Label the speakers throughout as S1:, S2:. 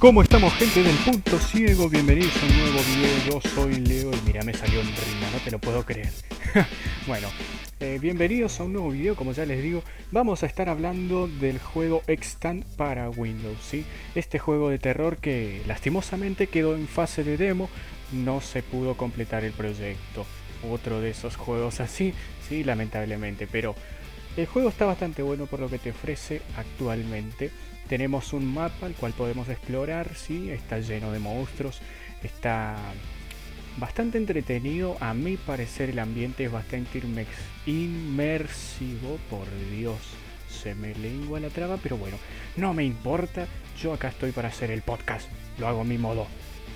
S1: ¿Cómo estamos, gente del Punto Ciego? Bienvenidos a un nuevo video. Yo soy Leo y mira, me salió en rima, no te lo puedo creer. Bueno, bienvenidos a un nuevo video. Como ya les digo, vamos a estar hablando del juego Extant para Windows, ¿sí? Este juego de terror que lastimosamente quedó en fase de demo, no se pudo completar el proyecto. Otro de esos juegos así, sí, lamentablemente, pero el juego está bastante bueno por lo que te ofrece actualmente. Tenemos un mapa al cual podemos explorar, sí, está lleno de monstruos, está bastante entretenido. A mi parecer el ambiente es bastante inmersivo, por Dios, se me lengua la traba, pero bueno, no me importa, yo acá estoy para hacer el podcast, lo hago a mi modo.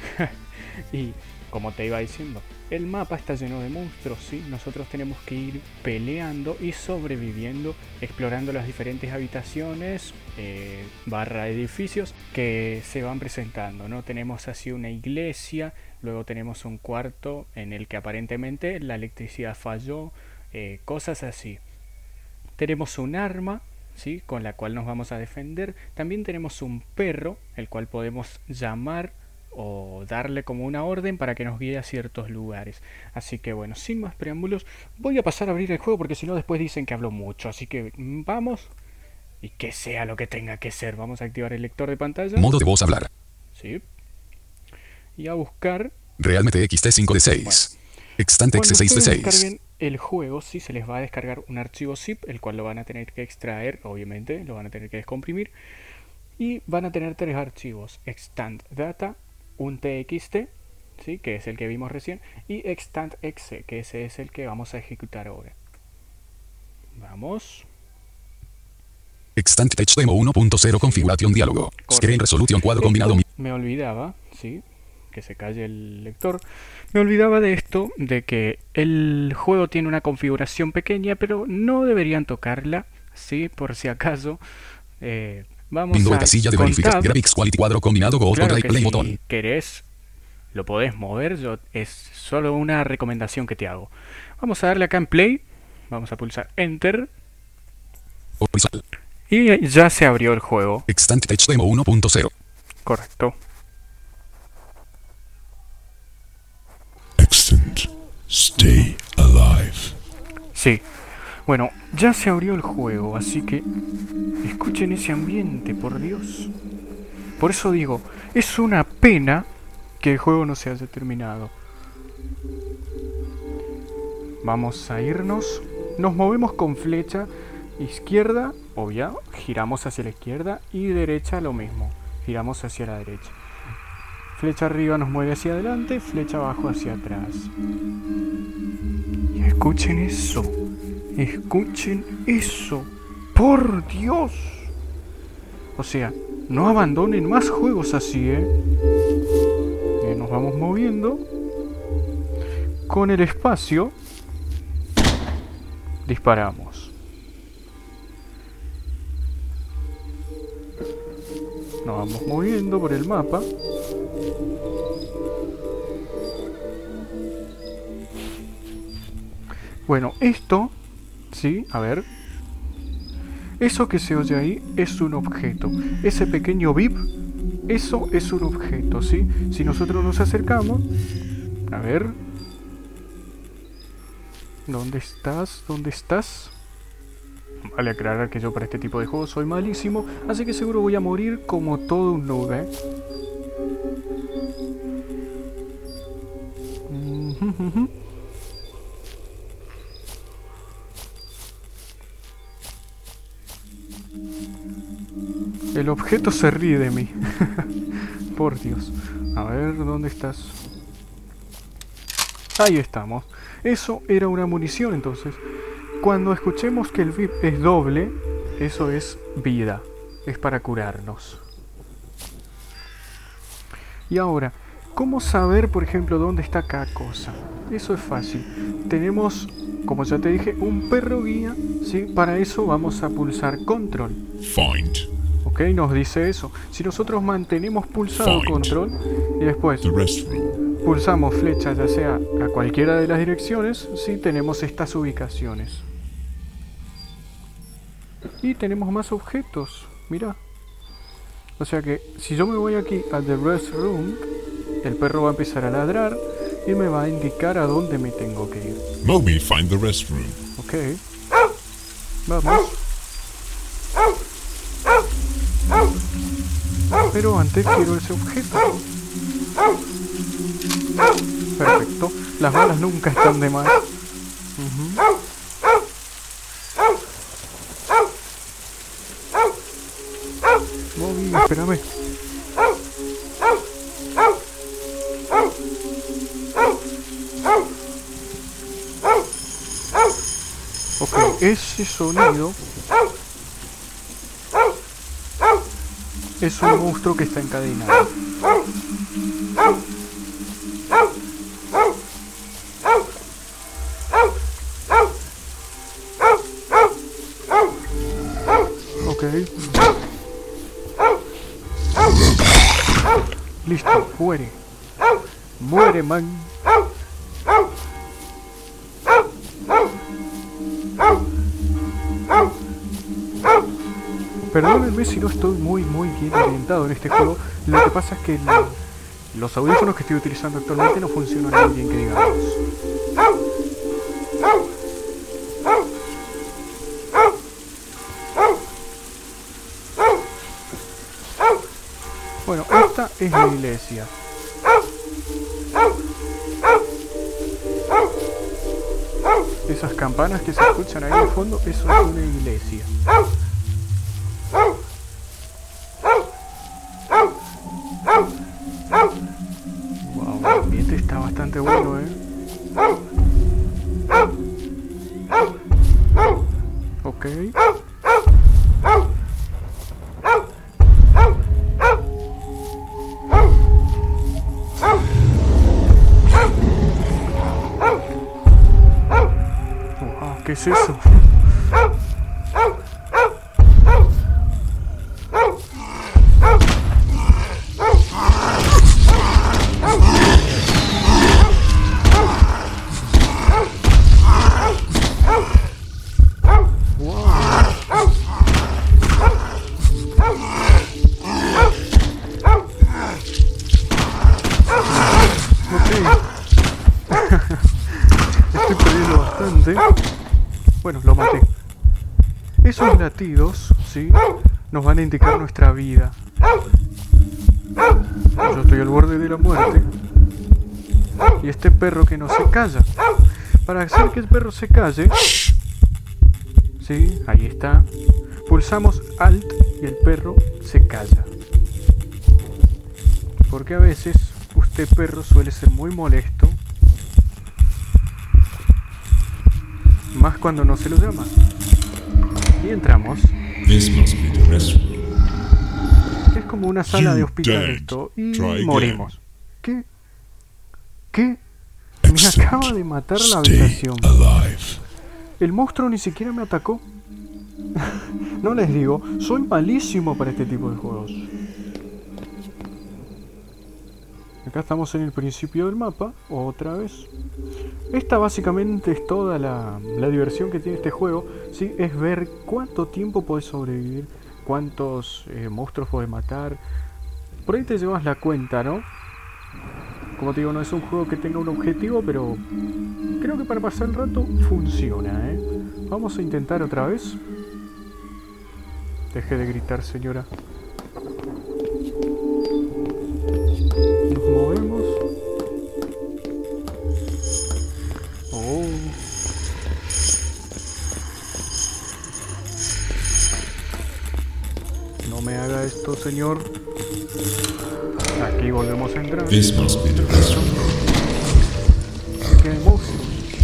S1: Y como te iba diciendo, el mapa está lleno de monstruos, ¿sí? Nosotros tenemos que ir peleando y sobreviviendo, explorando las diferentes habitaciones, barra edificios que se van presentando, ¿no? Tenemos así una iglesia, luego tenemos un cuarto en el que aparentemente la electricidad falló, cosas así. Tenemos un arma, ¿sí? Con la cual nos vamos a defender. También tenemos un perro, el cual podemos llamar o darle como una orden para que nos guíe a ciertos lugares. Así que bueno, sin más preámbulos, voy a pasar a abrir el juego porque si no después dicen que hablo mucho. Así que vamos, y que sea lo que tenga que ser. Vamos a activar el lector de pantalla.
S2: Modo de voz hablar.
S1: Sí. Y a buscar
S2: Realmente XT5 de 6.
S1: Bueno,
S2: Extant X6 de 6.
S1: Descarguen el juego, sí, se les va a descargar un archivo zip, el cual lo van a tener que extraer, obviamente, lo van a tener que descomprimir. Y van a tener tres archivos: Extant Data, un TXT, ¿sí? Que es el que vimos recién, y Extant Exe, que ese es el que vamos a ejecutar ahora. Vamos.
S2: Extant Tech Demo 1.0 Configuración Diálogo. Screen Resolution cuadro combinado.
S1: Me olvidaba, ¿sí? Que se calle el lector. Me olvidaba de esto, de que el juego tiene una configuración pequeña, pero no deberían tocarla, ¿sí? Por si acaso. Vamos
S2: Windows
S1: a
S2: casilla de verificación. Graphics Quality cuadro combinado. Go
S1: claro
S2: Drive
S1: que
S2: Play
S1: si
S2: botón.
S1: querés, lo podés mover. Es solo una recomendación que te hago. Vamos a darle acá en Play. Vamos a pulsar Enter.
S2: Horizontal.
S1: Y ya se abrió el juego.
S2: Extant Tech Demo 1.0.
S1: Correcto.
S3: Extant. Stay alive.
S1: Sí. Bueno, ya se abrió el juego, así que escuchen ese ambiente, por Dios. Por eso digo, es una pena que el juego no se haya terminado. Vamos a irnos. Nos movemos con flecha izquierda, obvia, giramos hacia la izquierda, y derecha lo mismo, giramos hacia la derecha. Flecha arriba nos mueve hacia adelante, flecha abajo hacia atrás. Y escuchen eso. Escuchen eso. ¡Por Dios! O sea, no abandonen más juegos así, nos vamos moviendo. Con el espacio disparamos. Nos vamos moviendo por el mapa. Bueno, esto, sí, a ver. Eso que se oye ahí es un objeto. Ese pequeño bip, eso es un objeto, ¿sí? Si nosotros nos acercamos, a ver. ¿Dónde estás? ¿Dónde estás? Vale aclarar que yo para este tipo de juegos soy malísimo, así que seguro voy a morir como todo un noob, El objeto se ríe de mí. Por Dios. A ver, ¿dónde estás? Ahí estamos. Eso era una munición, entonces. Cuando escuchemos que el VIP es doble, eso es vida. Es para curarnos. Y ahora, ¿cómo saber, por ejemplo, dónde está cada cosa? Eso es fácil. Tenemos, como ya te dije, un perro guía, ¿sí? Para eso vamos a pulsar Control.
S3: Find.
S1: Ok, nos dice eso. Si nosotros mantenemos pulsado Control y después
S3: The restroom.
S1: pulsamos flecha ya sea a cualquiera de las direcciones, sí, tenemos estas ubicaciones. Y tenemos más objetos, mira. O sea que si yo me voy aquí a The Restroom, el perro va a empezar a ladrar y me va a indicar a dónde me tengo que ir.
S3: Moby, find the restroom.
S1: Ok. Vamos. Pero antes quiero ese objeto. Perfecto. Las balas nunca están de más. Moby, espérame. Ok, ese sonido es un monstruo que está encadenado. Ok. Listo, muere. Muere, man. Perdónenme si no estoy muy bien orientado en este juego. Lo que pasa es que los audífonos que estoy utilizando actualmente no funcionan muy bien, que digamos. Bueno, esta es la iglesia. Esas campanas que se escuchan ahí al fondo, eso es una iglesia. Wow, el ambiente está bastante bueno, Ok. Wow, ¿qué es eso? Estoy perdiendo bastante. Bueno, lo maté. Esos latidos, ¿sí? Nos van a indicar nuestra vida. Yo estoy al borde de la muerte. Y este perro que no se calla. Para hacer que el perro se calle, ¿sí? Ahí está. Pulsamos Alt y el perro se calla. Porque a veces usted, perro, suele ser muy molesto. Más cuando no se lo llama. Y entramos.
S3: This must be the restroom.
S1: Es como una sala de
S3: You
S1: hospital
S3: dead.
S1: esto. Y
S3: Try again.
S1: morimos. ¿Qué? ¿Qué? Me
S3: Excellent.
S1: acaba de matar la
S3: Stay
S1: habitación.
S3: alive.
S1: El monstruo ni siquiera me atacó. No les digo, soy malísimo para este tipo de juegos. Acá estamos en el principio del mapa, otra vez. Esta básicamente es toda la diversión que tiene este juego, ¿sí? Es ver cuánto tiempo podés sobrevivir, cuántos monstruos podés matar. Por ahí te llevas la cuenta, ¿no? Como te digo, no es un juego que tenga un objetivo, pero creo que para pasar el rato funciona, ¿eh? Vamos a intentar otra vez. Deje de gritar, señora. Nos movemos. Oh. No me haga esto, señor. Aquí volvemos a entrar.
S3: This must be the restroom.
S1: ¡Qué monstruo!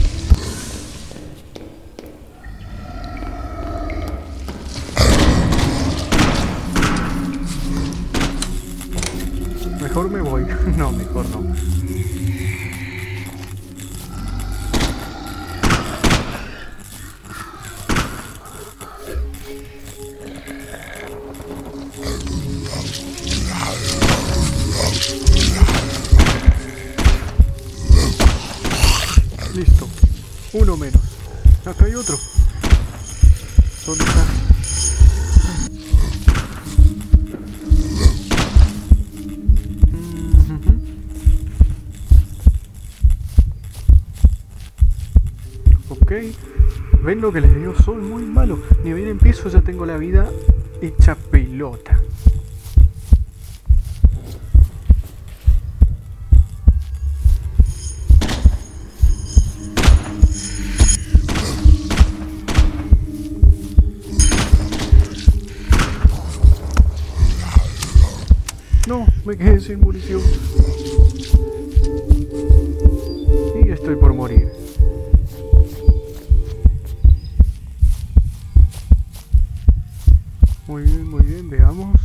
S1: Mejor me voy. No, mejor no. Listo. Uno menos. Acá hay otro. ¿Dónde está? Ok. ¿Ven lo que les digo? Soy muy malo. Ni bien empiezo ya tengo la vida hecha pelota. No, me quedé sin munición. Y estoy por morir. Muy bien, veamos.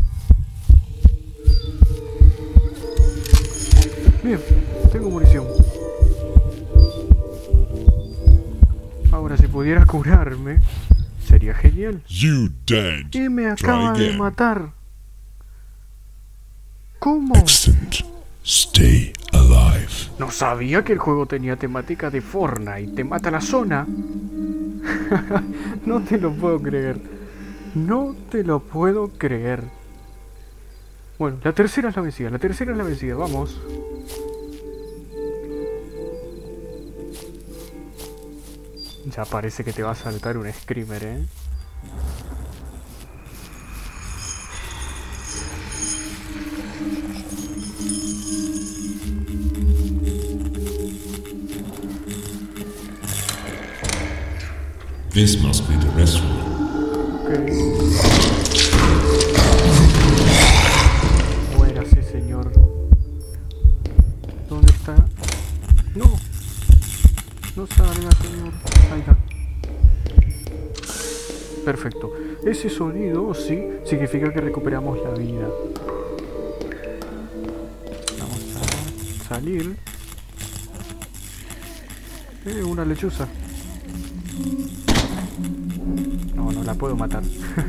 S1: Bien, tengo munición. Ahora si pudiera curarme, sería genial.
S3: You dead.
S1: Y me acaba de matar. ¿Cómo?
S3: Excellent. Stay alive.
S1: No sabía que el juego tenía temática de Fortnite. Te mata la zona. No te lo puedo creer. No te lo puedo creer. Bueno, la tercera es la vencida. La tercera es la vencida. Vamos. Ya parece que te va a saltar un screamer, ¿eh?
S3: This must be the restroom.
S1: Ok. Muérase, señor. ¿Dónde está? No. No salga, señor. Ahí está. Perfecto. Ese sonido, sí, significa que recuperamos la vida. Vamos a salir. Una lechuza. No la puedo matar.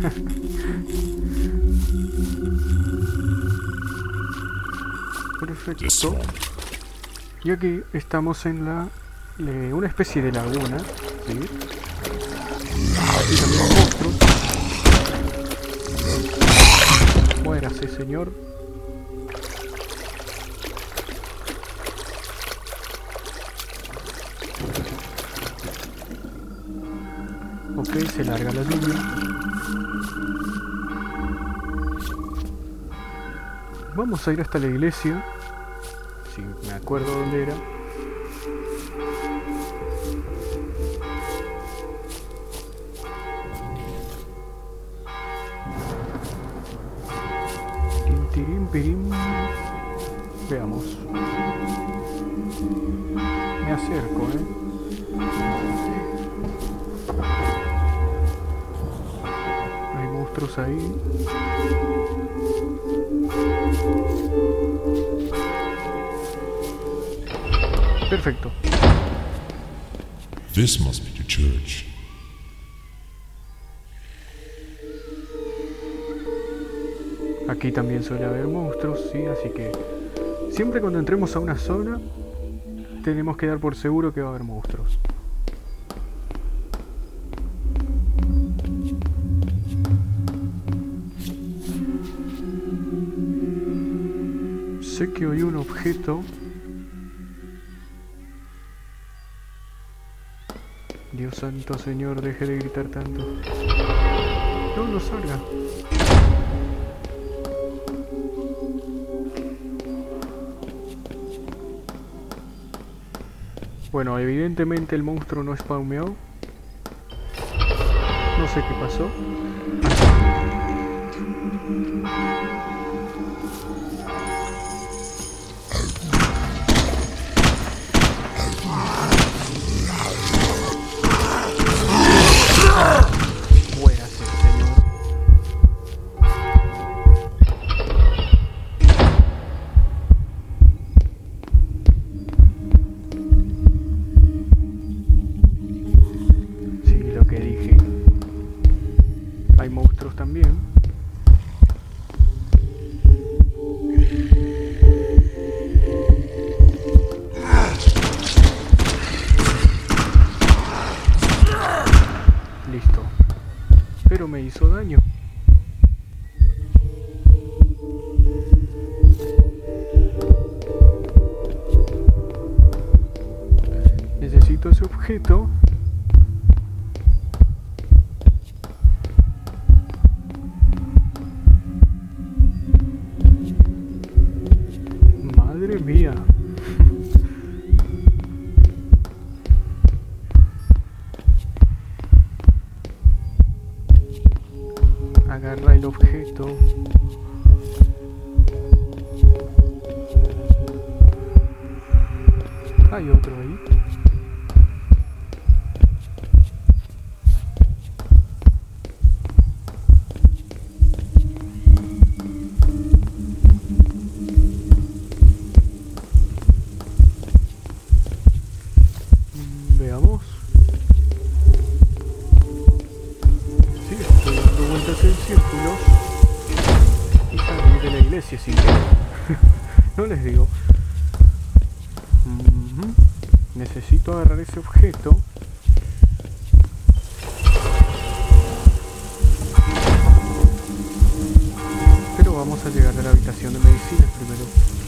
S1: Perfecto. Y aquí estamos en una especie de laguna. ¿Sí? Aquí también monstruos. Muérase, señor. Ok, se larga la lluvia. Vamos a ir hasta la iglesia. Si me acuerdo dónde era. Tintirín, pirín. Veamos. Me acerco, Hay monstruos ahí. Perfecto.
S3: This must be the church.
S1: Aquí también suele haber monstruos, sí, así que siempre cuando entremos a una zona tenemos que dar por seguro que va a haber monstruos. Sé que oí un objeto. Dios santo, señor, deje de gritar tanto. No salga. Bueno, evidentemente el monstruo no spawneó. No sé qué pasó. Muérase, señor. Sí, lo que dije. Hay monstruos también. Listo. Pero me hizo daño. Necesito ese objeto mía. Agarra el objeto. Hay otro ahí. Veamos. Sí, estoy dando vueltas en círculos y salí de la iglesia sin querer. No les digo. Necesito agarrar ese objeto. Pero vamos a llegar a la habitación de medicinas primero.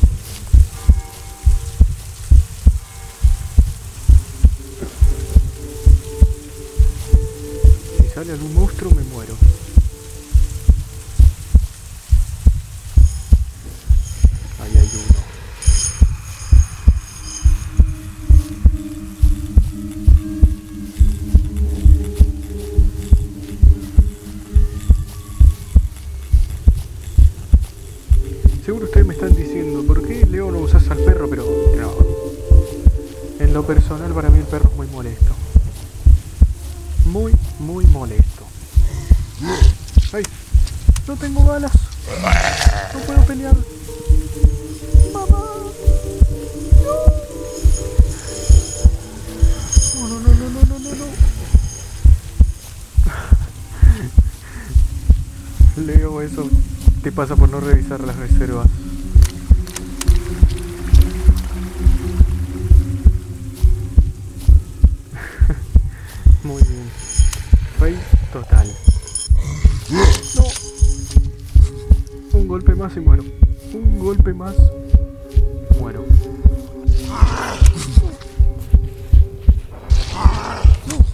S1: Si sale algún monstruo me muero. Ahí hay uno. Seguro ustedes me están diciendo, ¿por qué Leo no usas al perro? Pero no. En lo personal para mí el perro es muy molesto. Muy molesto. ¡Ay! No tengo balas. No puedo pelear. ¡Mamá! No. Leo, eso te pasa por no revisar las reservas. Muy bien. Fail total. No. Un golpe más y muero. Un golpe más. Muero. No.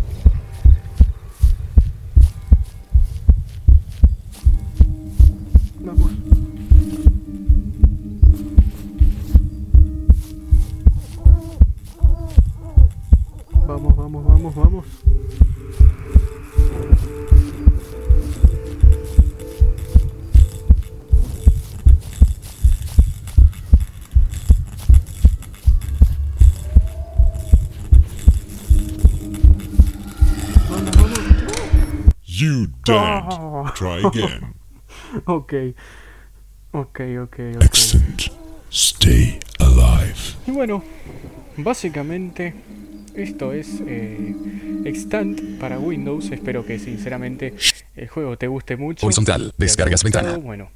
S1: Vamos. Vamos.
S3: You dead.
S1: Oh.
S3: Try again.
S1: Ok.
S3: Excellent. Stay alive.
S1: Y bueno, básicamente esto es Extant para Windows. Espero que sinceramente el juego te guste mucho.
S2: Horizontal, descargas ventana.
S1: Bueno,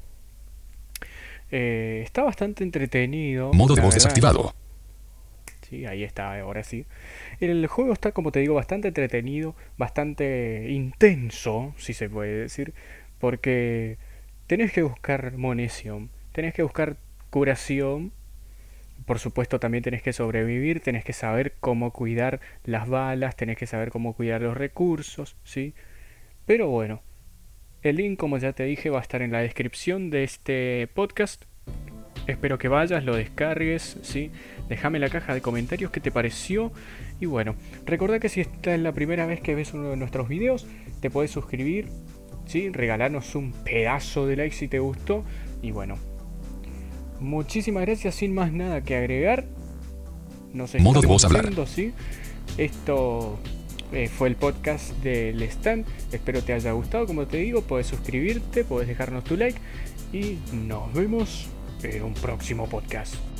S1: está bastante entretenido.
S2: Modo de
S1: la
S2: voz
S1: verdad.
S2: desactivado.
S1: Sí, ahí está, ahora sí. El juego está, como te digo, bastante entretenido, bastante intenso, si se puede decir, porque tenés que buscar munición, tenés que buscar curación, por supuesto también tenés que sobrevivir, tenés que saber cómo cuidar las balas, tenés que saber cómo cuidar los recursos, ¿sí? Pero bueno, el link, como ya te dije, va a estar en la descripción de este podcast. Espero que vayas, lo descargues, ¿sí? Déjame en la caja de comentarios qué te pareció. Y bueno, recordá que si esta es la primera vez que ves uno de nuestros videos, te podés suscribir, ¿sí? Regalarnos un pedazo de like si te gustó. Y bueno, muchísimas gracias, sin más nada que agregar. Nos
S2: Modo de voz
S1: estamos
S2: hablar.
S1: viendo, ¿sí? Esto fue el podcast del Stand. Espero te haya gustado, como te digo. Podés suscribirte, podés dejarnos tu like. Y nos vemos en un próximo podcast.